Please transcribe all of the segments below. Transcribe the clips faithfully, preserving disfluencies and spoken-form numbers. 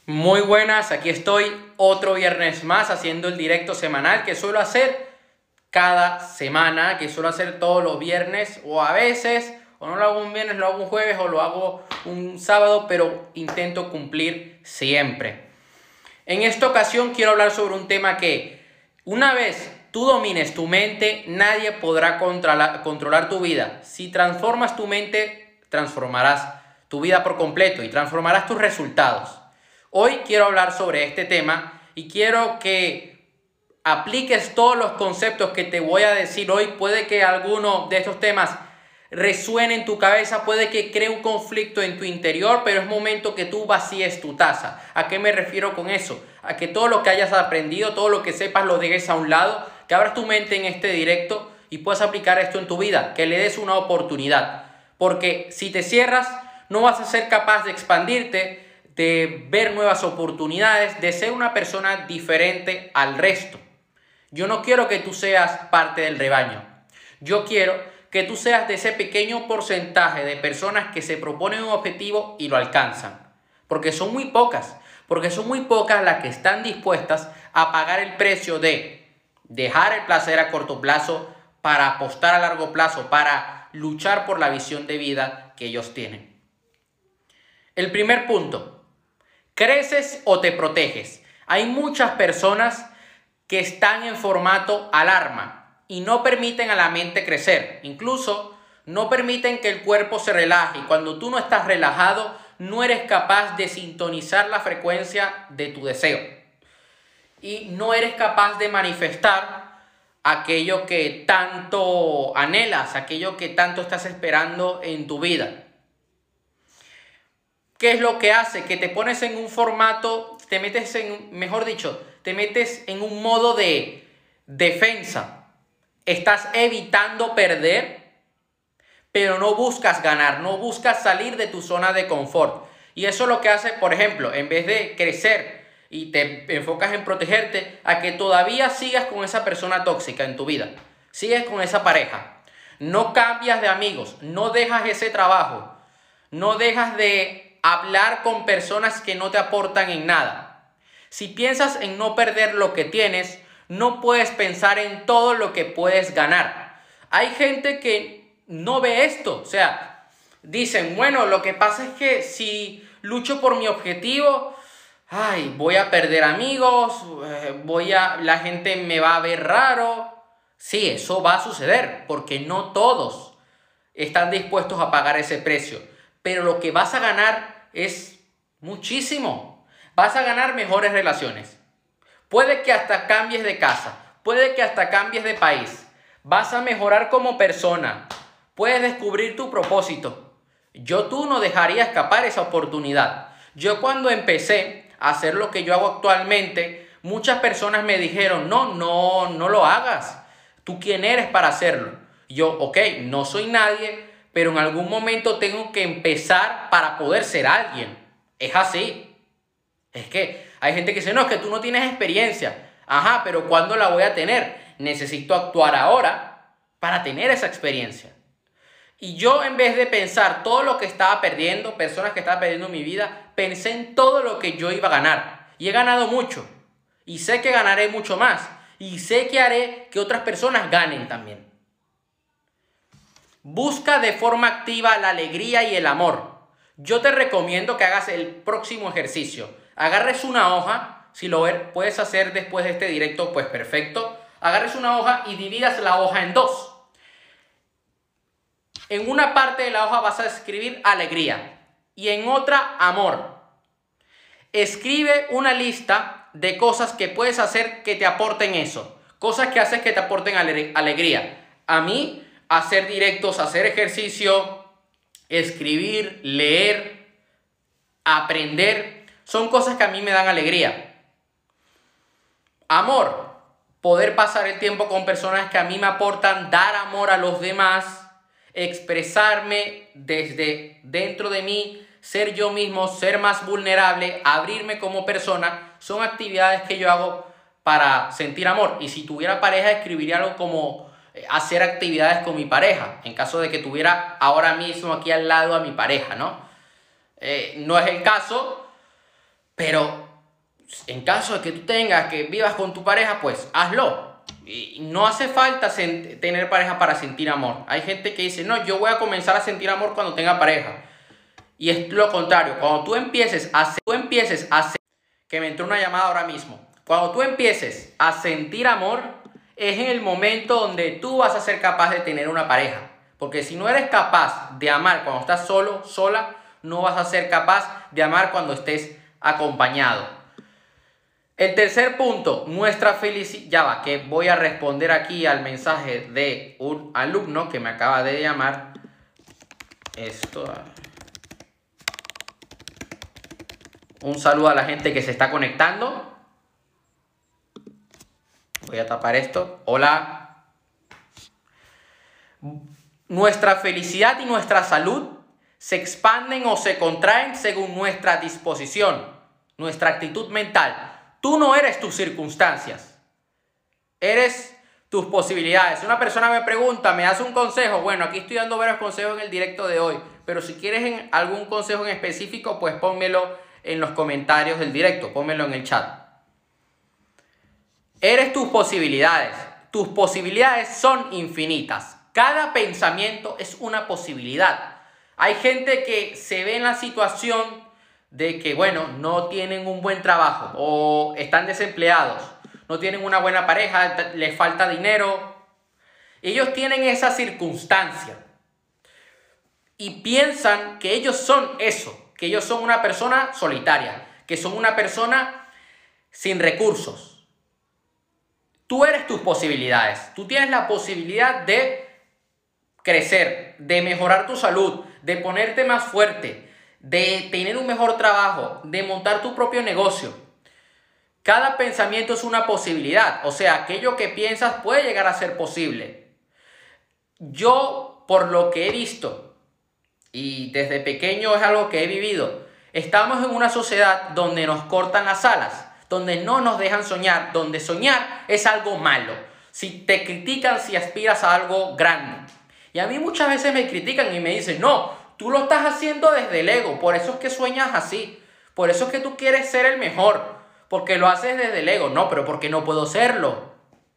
Muy buenas, aquí estoy otro viernes más haciendo el directo semanal que suelo hacer cada semana, que suelo hacer todos los viernes o a veces, o no lo hago un viernes, lo hago un jueves o lo hago un sábado, pero intento cumplir siempre. En esta ocasión quiero hablar sobre un tema que una vez tú domines tu mente, nadie podrá controlar, controlar tu vida. Si transformas tu mente, transformarás tu vida por completo y transformarás tus resultados. Hoy quiero hablar sobre este tema y quiero que apliques todos los conceptos que te voy a decir hoy. Puede que alguno de estos temas resuene en tu cabeza, puede que cree un conflicto en tu interior, pero es momento que tú vacíes tu taza. ¿A qué me refiero con eso? A que todo lo que hayas aprendido, todo lo que sepas lo dejes a un lado, que abras tu mente en este directo y puedas aplicar esto en tu vida, que le des una oportunidad. Porque si te cierras, no vas a ser capaz de expandirte, de ver nuevas oportunidades, de ser una persona diferente al resto. Yo no quiero que tú seas parte del rebaño. Yo quiero que tú seas de ese pequeño porcentaje de personas que se proponen un objetivo y lo alcanzan. Porque son muy pocas. Porque son muy pocas las que están dispuestas a pagar el precio de dejar el placer a corto plazo para apostar a largo plazo, para luchar por la visión de vida que ellos tienen. El primer punto. ¿Creces o te proteges? Hay muchas personas que están en formato alarma y no permiten a la mente crecer. Incluso no permiten que el cuerpo se relaje. Y cuando tú no estás relajado, no eres capaz de sintonizar la frecuencia de tu deseo. Y no eres capaz de manifestar aquello que tanto anhelas, aquello que tanto estás esperando en tu vida. ¿Qué es lo que hace? Que te pones en un formato, te metes en, mejor dicho, te metes en un modo de defensa. Estás evitando perder, pero no buscas ganar, no buscas salir de tu zona de confort. Y eso es lo que hace, por ejemplo, en vez de crecer y te enfocas en protegerte, a que todavía sigas con esa persona tóxica en tu vida. Sigues con esa pareja. No cambias de amigos, no dejas ese trabajo, no dejas de hablar con personas que no te aportan en nada. Si piensas en no perder lo que tienes, no puedes pensar en todo lo que puedes ganar. Hay gente que no ve esto. O sea, dicen, bueno, lo que pasa es que si lucho por mi objetivo, ay, voy a perder amigos, voy a, la gente me va a ver raro. Sí, eso va a suceder, porque no todos están dispuestos a pagar ese precio. Pero lo que vas a ganar es muchísimo. Vas a ganar mejores relaciones. Puede que hasta cambies de casa. Puede que hasta cambies de país. Vas a mejorar como persona. Puedes descubrir tu propósito. Yo tú no dejaría escapar esa oportunidad. Yo cuando empecé a hacer lo que yo hago actualmente, muchas personas me dijeron, no, no, no lo hagas. ¿Tú quién eres para hacerlo? Yo, ok, no soy nadie, pero en algún momento tengo que empezar para poder ser alguien. Es así. Es que hay gente que dice, no, es que tú no tienes experiencia. Ajá, pero ¿cuándo la voy a tener? Necesito actuar ahora para tener esa experiencia. Y yo, en vez de pensar todo lo que estaba perdiendo, personas que estaba perdiendo en mi vida, pensé en todo lo que yo iba a ganar. Y he ganado mucho. Y sé que ganaré mucho más. Y sé que haré que otras personas ganen también. Busca de forma activa la alegría y el amor. Yo te recomiendo que hagas el próximo ejercicio. Agarres una hoja, si lo puedes hacer después de este directo, pues perfecto. Agarres una hoja y dividas la hoja en dos. En una parte de la hoja vas a escribir alegría y en otra amor. Escribe una lista de cosas que puedes hacer que te aporten eso. Cosas que haces que te aporten ale- alegría. A mí, hacer directos, hacer ejercicio, escribir, leer, aprender, son cosas que a mí me dan alegría. Amor, poder pasar el tiempo con personas que a mí me aportan, dar amor a los demás, expresarme desde dentro de mí, ser yo mismo, ser más vulnerable, abrirme como persona, son actividades que yo hago para sentir amor. Y si tuviera pareja, escribiría algo como hacer actividades con mi pareja, en caso de que tuviera ahora mismo aquí al lado a mi pareja, ¿no? Eh, no es el caso, Pero en caso de que tú tengas, que vivas con tu pareja, pues hazlo. Y no hace falta tener pareja para sentir amor. Hay gente que dice, no, yo voy a comenzar a sentir amor cuando tenga pareja. Y es lo contrario. Cuando tú empieces a, tú empieces a que me entró una llamada ahora mismo. Cuando tú empieces a sentir amor, es en el momento donde tú vas a ser capaz de tener una pareja. Porque si no eres capaz de amar cuando estás solo, sola, no vas a ser capaz de amar cuando estés acompañado. El tercer punto, nuestra felicidad. Ya va, que voy a responder aquí al mensaje de un alumno que me acaba de llamar. Esto. Un saludo a la gente que se está conectando. Voy a tapar esto. Hola. Nuestra felicidad y nuestra salud se expanden o se contraen según nuestra disposición, nuestra actitud mental. Tú no eres tus circunstancias, eres tus posibilidades. Una persona me pregunta, me hace un consejo. Bueno, aquí estoy dando varios consejos en el directo de hoy, pero si quieres en algún consejo en específico, pues pónmelo en los comentarios del directo, pónmelo en el chat. Eres tus posibilidades. Tus posibilidades son infinitas. Cada pensamiento es una posibilidad. Hay gente que se ve en la situación de que, bueno, no tienen un buen trabajo o están desempleados, no tienen una buena pareja, les falta dinero. Ellos tienen esa circunstancia y piensan que ellos son eso, que ellos son una persona solitaria, que son una persona sin recursos. Tú eres tus posibilidades. Tú tienes la posibilidad de crecer, de mejorar tu salud, de ponerte más fuerte, de tener un mejor trabajo, de montar tu propio negocio. Cada pensamiento es una posibilidad. O sea, aquello que piensas puede llegar a ser posible. Yo, por lo que he visto, y desde pequeño es algo que he vivido, estamos en una sociedad donde nos cortan las alas, donde no nos dejan soñar, donde soñar es algo malo. Si te critican si aspiras a algo grande. Y a mí muchas veces me critican y me dicen, no, tú lo estás haciendo desde el ego, por eso es que sueñas así, por eso es que tú quieres ser el mejor, porque lo haces desde el ego. No, pero porque no puedo serlo.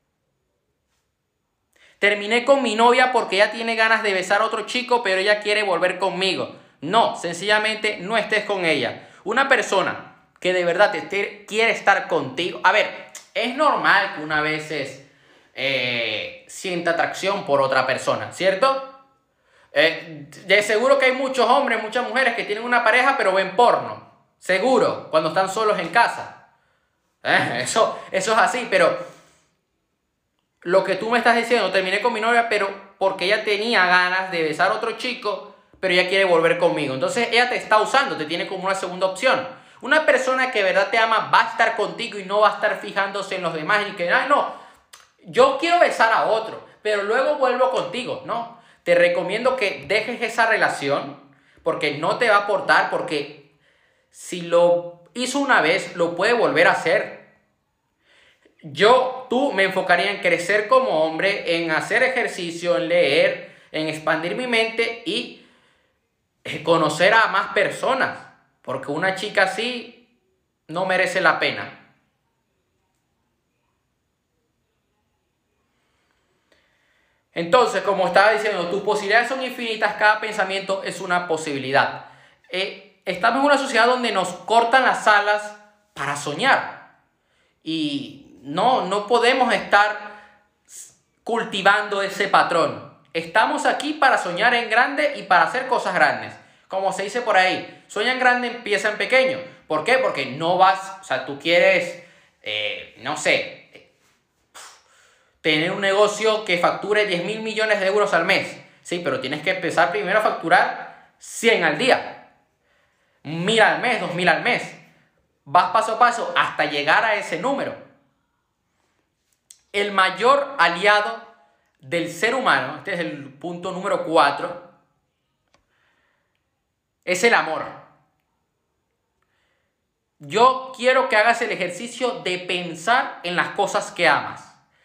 Terminé con mi novia porque ella tiene ganas de besar a otro chico, pero ella quiere volver conmigo. No, sencillamente no estés con ella. Una persona que de verdad te esté, quiere estar contigo. A ver, es normal que una vez es, eh, sienta atracción por otra persona, ¿cierto? Eh, de seguro que hay muchos hombres, muchas mujeres que tienen una pareja pero ven porno. Seguro, cuando están solos en casa. Eh, eso, eso es así, pero lo que tú me estás diciendo, terminé con mi novia pero porque ella tenía ganas de besar a otro chico, pero ella quiere volver conmigo. Entonces ella te está usando, te tiene como una segunda opción. Una persona que de verdad te ama va a estar contigo y no va a estar fijándose en los demás y que, ay no, yo quiero besar a otro, pero luego vuelvo contigo. No, te recomiendo que dejes esa relación porque no te va a aportar, porque si lo hizo una vez, lo puede volver a hacer. Yo, tú, me enfocaría en crecer como hombre, en hacer ejercicio, en leer, en expandir mi mente y conocer a más personas, porque una chica así no merece la pena. Entonces, como estaba diciendo, tus posibilidades son infinitas, cada pensamiento es una posibilidad. Eh, estamos en una sociedad donde nos cortan las alas para soñar. Y no, no podemos estar cultivando ese patrón. Estamos aquí para soñar en grande y para hacer cosas grandes. Como se dice por ahí, sueña en grande, empieza en pequeño. ¿Por qué? Porque no vas, o sea, tú quieres, eh, no sé, tener un negocio que facture diez mil millones de euros al mes. Sí, pero tienes que empezar primero a facturar cien al día. mil al mes, dos mil al mes. Vas paso a paso hasta llegar a ese número. El mayor aliado del ser humano, este es el punto número cuatro, es el amor. Yo quiero que hagas el ejercicio de pensar en las cosas que amas.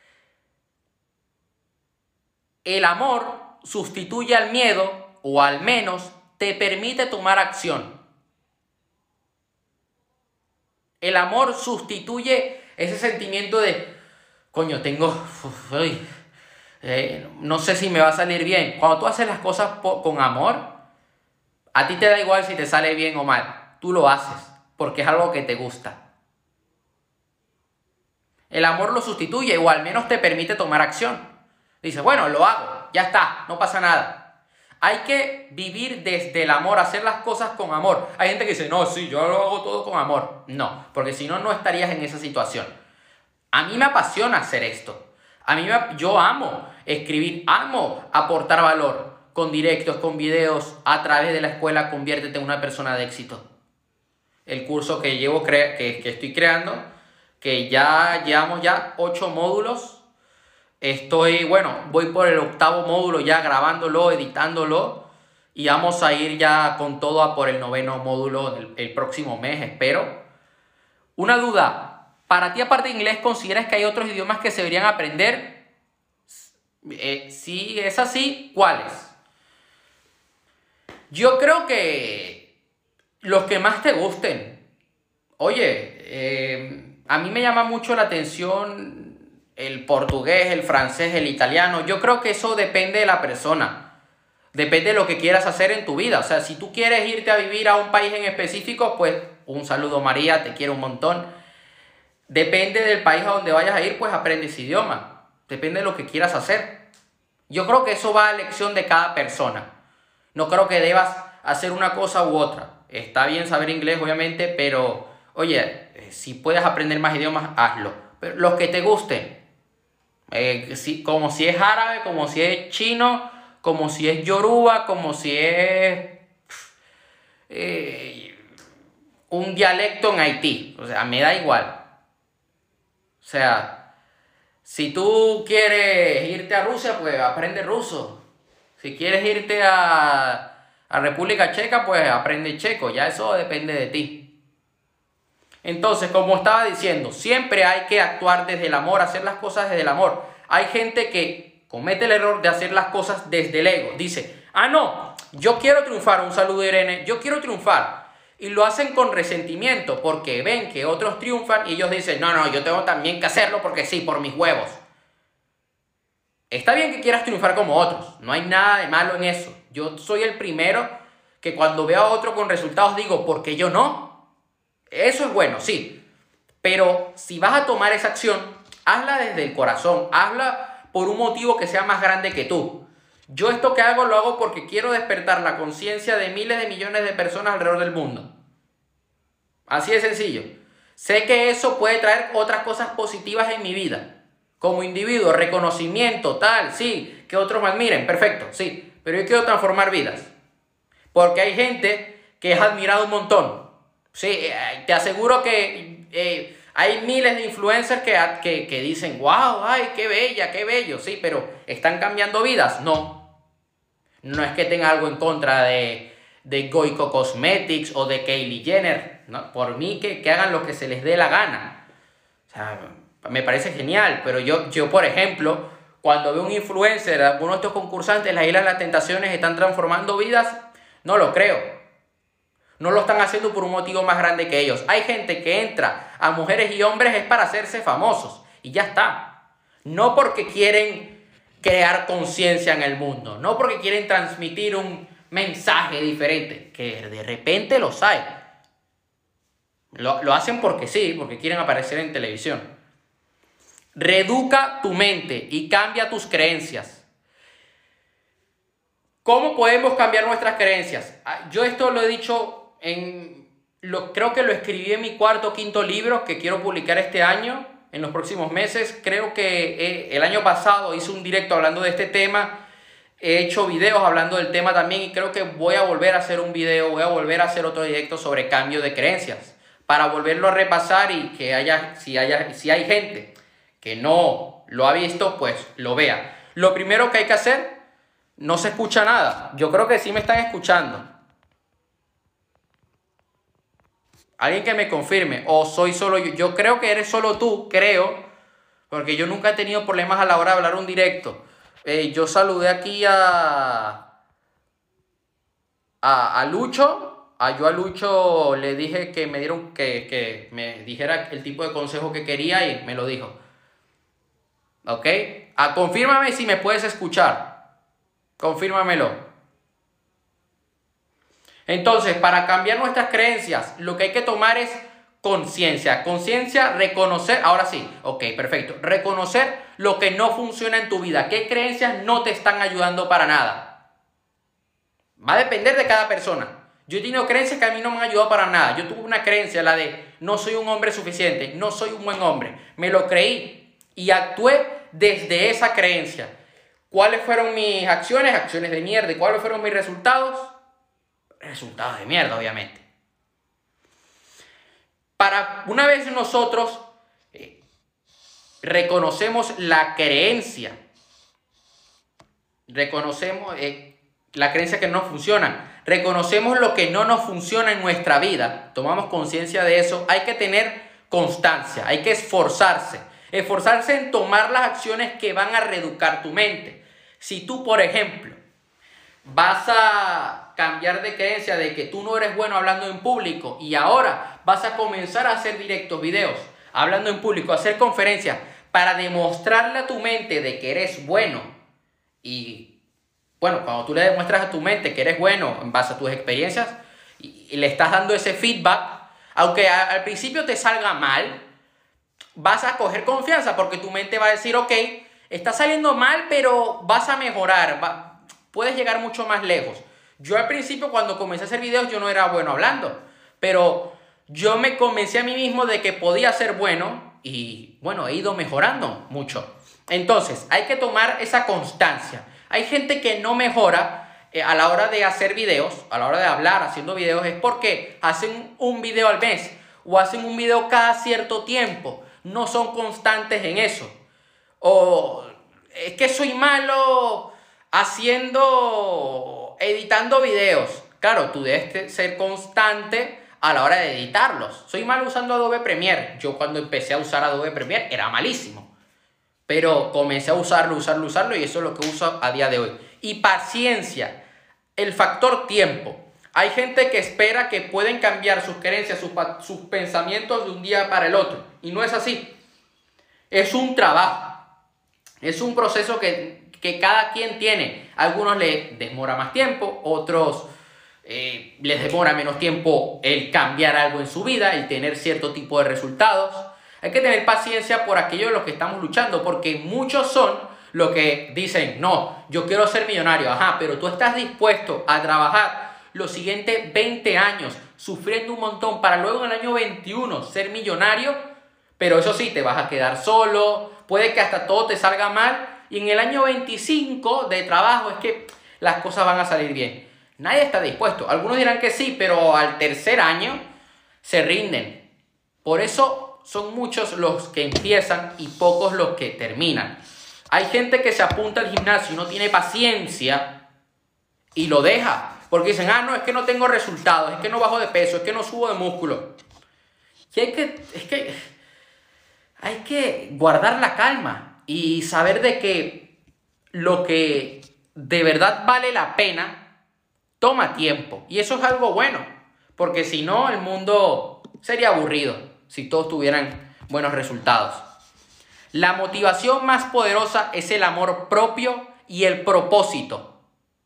El amor sustituye al miedo, o al menos te permite tomar acción. El amor sustituye ese sentimiento de, coño, tengo, uf, uy, eh, no sé si me va a salir bien. Cuando tú haces las cosas con amor, a ti te da igual si te sale bien o mal. Tú lo haces porque es algo que te gusta. El amor lo sustituye o al menos te permite tomar acción. Dices, bueno, lo hago, ya está, no pasa nada. Hay que vivir desde el amor, hacer las cosas con amor. Hay gente que dice, no, sí, yo lo hago todo con amor. No, porque si no, no estarías en esa situación. A mí me apasiona hacer esto. A mí me, yo amo escribir, amo aportar valor con directos, con videos, a través de la escuela Conviértete en una persona de éxito. El curso que llevo, cre que, que estoy creando, que ya llevamos ya ocho módulos. Estoy, bueno, voy por el octavo módulo ya grabándolo, editándolo. Y vamos a ir ya con todo a por el noveno módulo el, el próximo mes, espero. Una duda. ¿Para ti, aparte de inglés, consideras que hay otros idiomas que se deberían aprender? Eh, si es así, ¿cuáles? Yo creo que los que más te gusten. Oye, eh, a mí me llama mucho la atención el portugués, el francés, el italiano. Yo creo que eso depende de la persona. Depende de lo que quieras hacer en tu vida. O sea, si tú quieres irte a vivir a un país en específico, pues un saludo, María, te quiero un montón. Depende del país a donde vayas a ir, pues aprendes idioma. Depende de lo que quieras hacer. Yo creo que eso va a elección de cada persona. No creo que debas hacer una cosa u otra. Está bien saber inglés, obviamente, pero, oye, si puedes aprender más idiomas, hazlo. Pero los que te gusten. Eh, si, como si es árabe, como si es chino, como si es yoruba, como si es eh, un dialecto en Haití. O sea, me da igual. O sea, si tú quieres irte a Rusia, pues aprende ruso. Si quieres irte a, a República Checa, pues aprende checo. Ya eso depende de ti. Entonces, como estaba diciendo, siempre hay que actuar desde el amor, hacer las cosas desde el amor. Hay gente que comete el error de hacer las cosas desde el ego. Dice, ah, no, yo quiero triunfar. Un saludo, Irene. Yo quiero triunfar. Y lo hacen con resentimiento porque ven que otros triunfan y ellos dicen, no, no, yo tengo también que hacerlo porque sí, por mis huevos. Está bien que quieras triunfar como otros, no hay nada de malo en eso. Yo soy el primero que cuando veo a otro con resultados digo, ¿por qué yo no? Eso es bueno, sí. Pero si vas a tomar esa acción, hazla desde el corazón, hazla por un motivo que sea más grande que tú. Yo esto que hago lo hago porque quiero despertar la conciencia de miles de millones de personas alrededor del mundo. Así de sencillo. Sé que eso puede traer otras cosas positivas en mi vida. Como individuo, reconocimiento, tal, sí. Que otros me admiren, perfecto, sí. Pero yo quiero transformar vidas. Porque hay gente que es admirado un montón. Sí, te aseguro que eh, hay miles de influencers que, que, que dicen, wow, ay, qué bella, qué bello. Sí, pero ¿están cambiando vidas? No. No es que tenga algo en contra de, de Goico Cosmetics o de Kylie Jenner. ¿No? Por mí que, que hagan lo que se les dé la gana. O sea, me parece genial. Pero yo, yo, por ejemplo, cuando veo un influencer, algunos de estos concursantes, las Islas de las Tentaciones están transformando vidas, no lo creo. No lo están haciendo por un motivo más grande que ellos. Hay gente que entra a mujeres y hombres es para hacerse famosos. Y ya está. No porque quieren crear conciencia en el mundo. No porque quieren transmitir un mensaje diferente. Que de repente los hay. Lo, lo hacen porque sí, porque quieren aparecer en televisión. Reeduca tu mente y cambia tus creencias. ¿Cómo podemos cambiar nuestras creencias? Yo esto lo he dicho, en, lo, creo que lo escribí en mi cuarto o quinto libro que quiero publicar este año, en los próximos meses. Creo que eh, el año pasado hice un directo hablando de este tema. He hecho videos hablando del tema también y creo que voy a volver a hacer un video, voy a volver a hacer otro directo sobre cambio de creencias. Para volverlo a repasar y que haya, si, haya, si hay gente que no lo ha visto, pues lo vea. Lo primero que hay que hacer, no se escucha nada. Yo creo que sí me están escuchando. Alguien que me confirme. O soy solo yo. Yo creo que eres solo tú, creo. Porque yo nunca he tenido problemas a la hora de hablar un directo. Eh, yo saludé aquí a, a, a Lucho. a yo a Lucho le dije que me dieron que, que me dijera el tipo de consejo que quería y me lo dijo. ¿Ok? Ah, confírmame si me puedes escuchar. Confírmamelo. Entonces, para cambiar nuestras creencias, lo que hay que tomar es conciencia. Conciencia, reconocer. Ahora sí, ok, perfecto. Reconocer lo que no funciona en tu vida. ¿Qué creencias no te están ayudando para nada? Va a depender de cada persona. Yo he tenido creencias que a mí no me han ayudado para nada. Yo tuve una creencia, la de no soy un hombre suficiente, no soy un buen hombre. Me lo creí y actué desde esa creencia. ¿Cuáles fueron mis acciones? Acciones de mierda. ¿Y cuáles fueron mis resultados? Resultados de mierda, obviamente. Para una vez nosotros eh, reconocemos la creencia, reconocemos eh, la creencia que no funciona, reconocemos lo que no nos funciona en nuestra vida, tomamos conciencia de eso, hay que tener constancia, hay que esforzarse, esforzarse en tomar las acciones que van a reeducar tu mente. Si tú, por ejemplo, vas a cambiar de creencia de que tú no eres bueno hablando en público y ahora vas a comenzar a hacer directos, videos, hablando en público, a hacer conferencias para demostrarle a tu mente de que eres bueno. Y bueno, cuando tú le demuestras a tu mente que eres bueno en base a tus experiencias y, y le estás dando ese feedback, aunque a, al principio te salga mal, vas a coger confianza porque tu mente va a decir, ok, está saliendo mal, pero vas a mejorar, va, puedes llegar mucho más lejos. Yo al principio cuando comencé a hacer videos yo no era bueno hablando, pero yo me convencí a mí mismo de que podía ser bueno y bueno, he ido mejorando mucho. Entonces, hay que tomar esa constancia. Hay gente que no mejora eh, a la hora de hacer videos, a la hora de hablar haciendo videos, es porque hacen un video al mes o hacen un video cada cierto tiempo. No son constantes en eso. O es que soy malo haciendo, editando videos. Claro, tú debes ser constante a la hora de editarlos. Soy malo usando Adobe Premiere. Yo cuando empecé a usar Adobe Premiere era malísimo. Pero comencé a usarlo, usarlo, usarlo y eso es lo que uso a día de hoy. Y paciencia, el factor tiempo. Hay gente que espera que pueden cambiar sus creencias, sus, sus pensamientos de un día para el otro. Y no es así. Es un trabajo. Es un proceso que, que cada quien tiene. A algunos les demora más tiempo, otros eh, les demora menos tiempo el cambiar algo en su vida, el tener cierto tipo de resultados. Hay que tener paciencia por aquellos de los que estamos luchando, porque muchos son los que dicen, no, yo quiero ser millonario. Ajá, pero tú estás dispuesto a trabajar los siguientes veinte años sufriendo un montón para luego en el año veintiuno ser millonario. Pero eso sí, te vas a quedar solo, puede que hasta todo te salga mal y en el año veinticinco de trabajo es que las cosas van a salir bien. Nadie está dispuesto. Algunos dirán que sí, pero al tercer año se rinden. Por eso son muchos los que empiezan y pocos los que terminan. Hay gente que se apunta al gimnasio y no tiene paciencia y lo deja. Porque dicen, ah, no, es que no tengo resultados, es que no bajo de peso, es que no subo de músculo. Y hay que, es que... Hay que guardar la calma y saber de que lo que de verdad vale la pena toma tiempo. Y eso es algo bueno, porque si no el mundo sería aburrido si todos tuvieran buenos resultados. La motivación más poderosa es el amor propio y el propósito.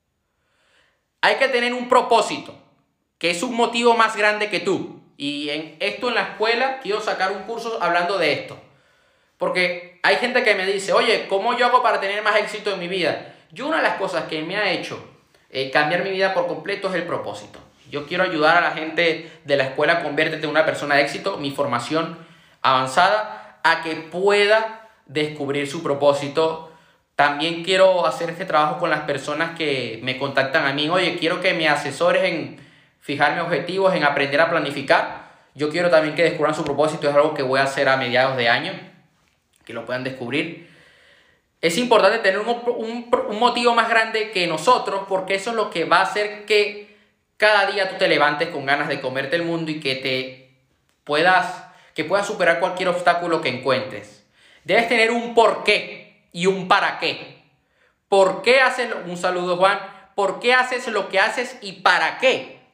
Hay que tener un propósito, que es un motivo más grande que tú. Y en esto en la escuela quiero sacar un curso hablando de esto. Porque hay gente que me dice, oye, ¿cómo yo hago para tener más éxito en mi vida? Yo una de las cosas que me ha hecho eh, cambiar mi vida por completo es el propósito. Yo quiero ayudar a la gente de la escuela Conviértete en una persona de éxito, mi formación avanzada, a que pueda descubrir su propósito. También quiero hacer este trabajo con las personas que me contactan a mí. Oye, quiero que me asesores en fijarme objetivos, en aprender a planificar. Yo quiero también que descubran su propósito. Es algo que voy a hacer a mediados de año, que lo puedan descubrir. Es importante tener un, un, un motivo más grande que nosotros, porque eso es lo que va a hacer que cada día tú te levantes con ganas de comerte el mundo y que te puedas, que puedas superar cualquier obstáculo que encuentres. Debes tener un porqué y un para qué. ¿Por qué haces lo, un saludo, Juan? ¿Por qué haces lo que haces y para qué?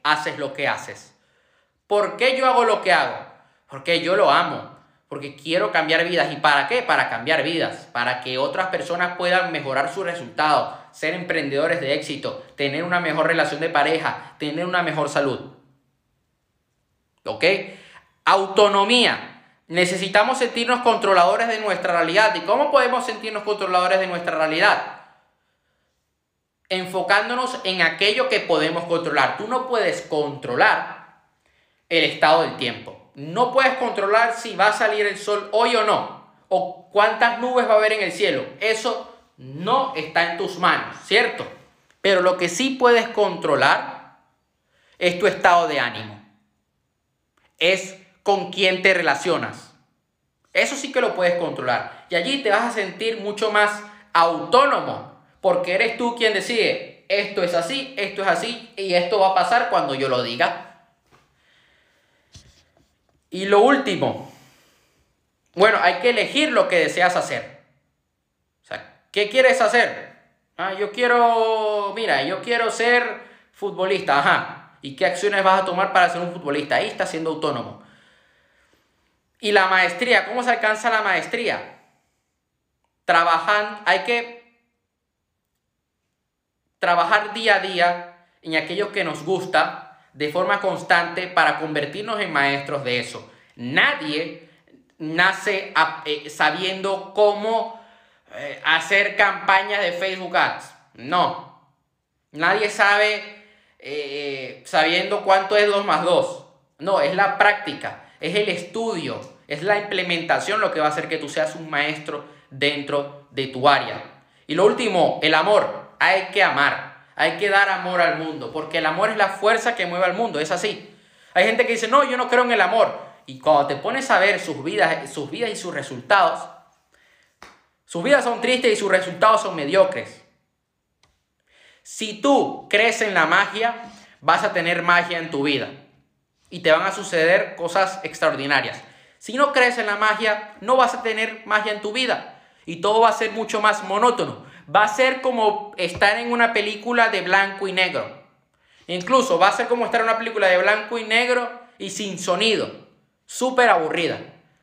haces lo que haces. ¿Por qué yo hago lo que hago? Porque yo lo amo. Porque quiero cambiar vidas. ¿Y para qué? Para cambiar vidas. Para que otras personas puedan mejorar sus resultados, ser emprendedores de éxito, tener una mejor relación de pareja, tener una mejor salud. ¿Ok? Autonomía. Necesitamos sentirnos controladores de nuestra realidad. ¿Y cómo podemos sentirnos controladores de nuestra realidad? Enfocándonos en aquello que podemos controlar. Tú no puedes controlar el estado del tiempo. No puedes controlar si va a salir el sol hoy o no, o cuántas nubes va a haber en el cielo. Eso no está en tus manos, ¿cierto? Pero lo que sí puedes controlar es tu estado de ánimo. Es con quién te relacionas. Eso sí que lo puedes controlar. Y allí te vas a sentir mucho más autónomo, porque eres tú quien decide, esto es así, esto es así, y esto va a pasar cuando yo lo diga. Y lo último, bueno, hay que elegir lo que deseas hacer. O sea, ¿qué quieres hacer? Ah, yo quiero, mira, yo quiero ser futbolista, ajá. ¿Y qué acciones vas a tomar para ser un futbolista? Ahí estás siendo autónomo. Y la maestría, ¿cómo se alcanza la maestría? Trabajando, hay que trabajar día a día en aquello que nos gusta, de forma constante, para convertirnos en maestros de eso. Nadie nace eh, sabiendo cómo eh, hacer campañas de Facebook Ads. No. Nadie sabe eh, sabiendo cuánto es dos más dos. No, es la práctica, es el estudio, es la implementación lo que va a hacer que tú seas un maestro dentro de tu área. Y lo último, el amor. Hay que amar. Hay que dar amor al mundo, porque el amor es la fuerza que mueve al mundo, es así. Hay gente que dice, no, yo no creo en el amor. Y cuando te pones a ver sus vidas, sus vidas y sus resultados, sus vidas son tristes y sus resultados son mediocres. Si tú crees en la magia, vas a tener magia en tu vida. Y te van a suceder cosas extraordinarias. Si no crees en la magia, no vas a tener magia en tu vida. Y todo va a ser mucho más monótono. Va a ser como estar en una película de blanco y negro. Incluso va a ser como estar en una película de blanco y negro y sin sonido. Súper aburrida.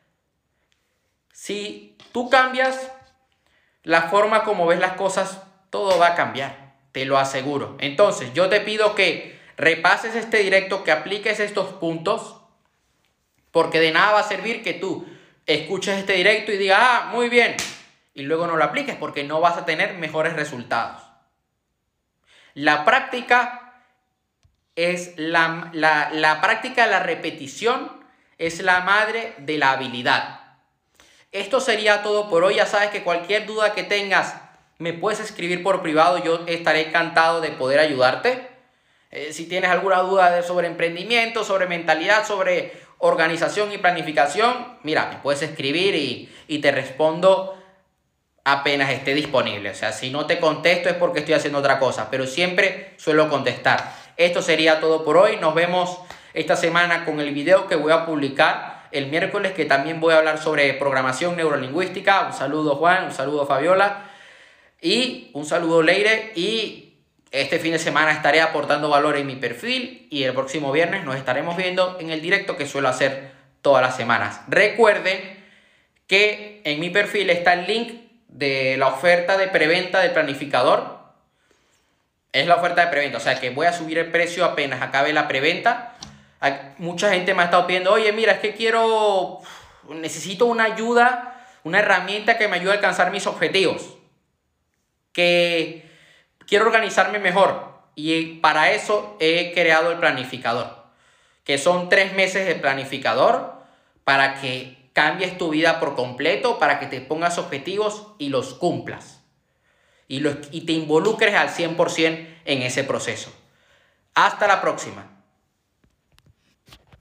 Si tú cambias la forma como ves las cosas, todo va a cambiar. Te lo aseguro. Entonces, yo te pido que repases este directo, que apliques estos puntos, porque de nada va a servir que tú escuches este directo y digas, ah, muy bien, y luego no lo apliques, porque no vas a tener mejores resultados. La práctica es la, la, la práctica, la repetición es la madre de la habilidad. Esto sería todo por hoy. Ya sabes que cualquier duda que tengas me puedes escribir por privado. Yo estaré encantado de poder ayudarte. Eh, si tienes alguna duda de, sobre emprendimiento, sobre mentalidad, sobre organización y planificación, mira, me puedes escribir y, y te respondo apenas esté disponible. O sea, si no te contesto es porque estoy haciendo otra cosa, pero siempre suelo contestar. Esto sería todo por hoy. Nos vemos esta semana con el video que voy a publicar el miércoles, que también voy a hablar sobre programación neurolingüística. Un saludo Juan, un saludo Fabiola y un saludo Leire. Y este fin de semana estaré aportando valor en mi perfil y el próximo viernes nos estaremos viendo en el directo que suelo hacer todas las semanas. Recuerden que en mi perfil está el link de la oferta de preventa del planificador. Es la oferta de preventa, o sea que voy a subir el precio apenas acabe la preventa. Hay, mucha gente me ha estado pidiendo, oye, mira, es que quiero, necesito una ayuda, una herramienta que me ayude a alcanzar mis objetivos, que quiero organizarme mejor, y para eso he creado el planificador, que son tres meses de planificador para que cambies tu vida por completo, para que te pongas objetivos y los cumplas. Y, los, y te involucres al cien por ciento en ese proceso. Hasta la próxima.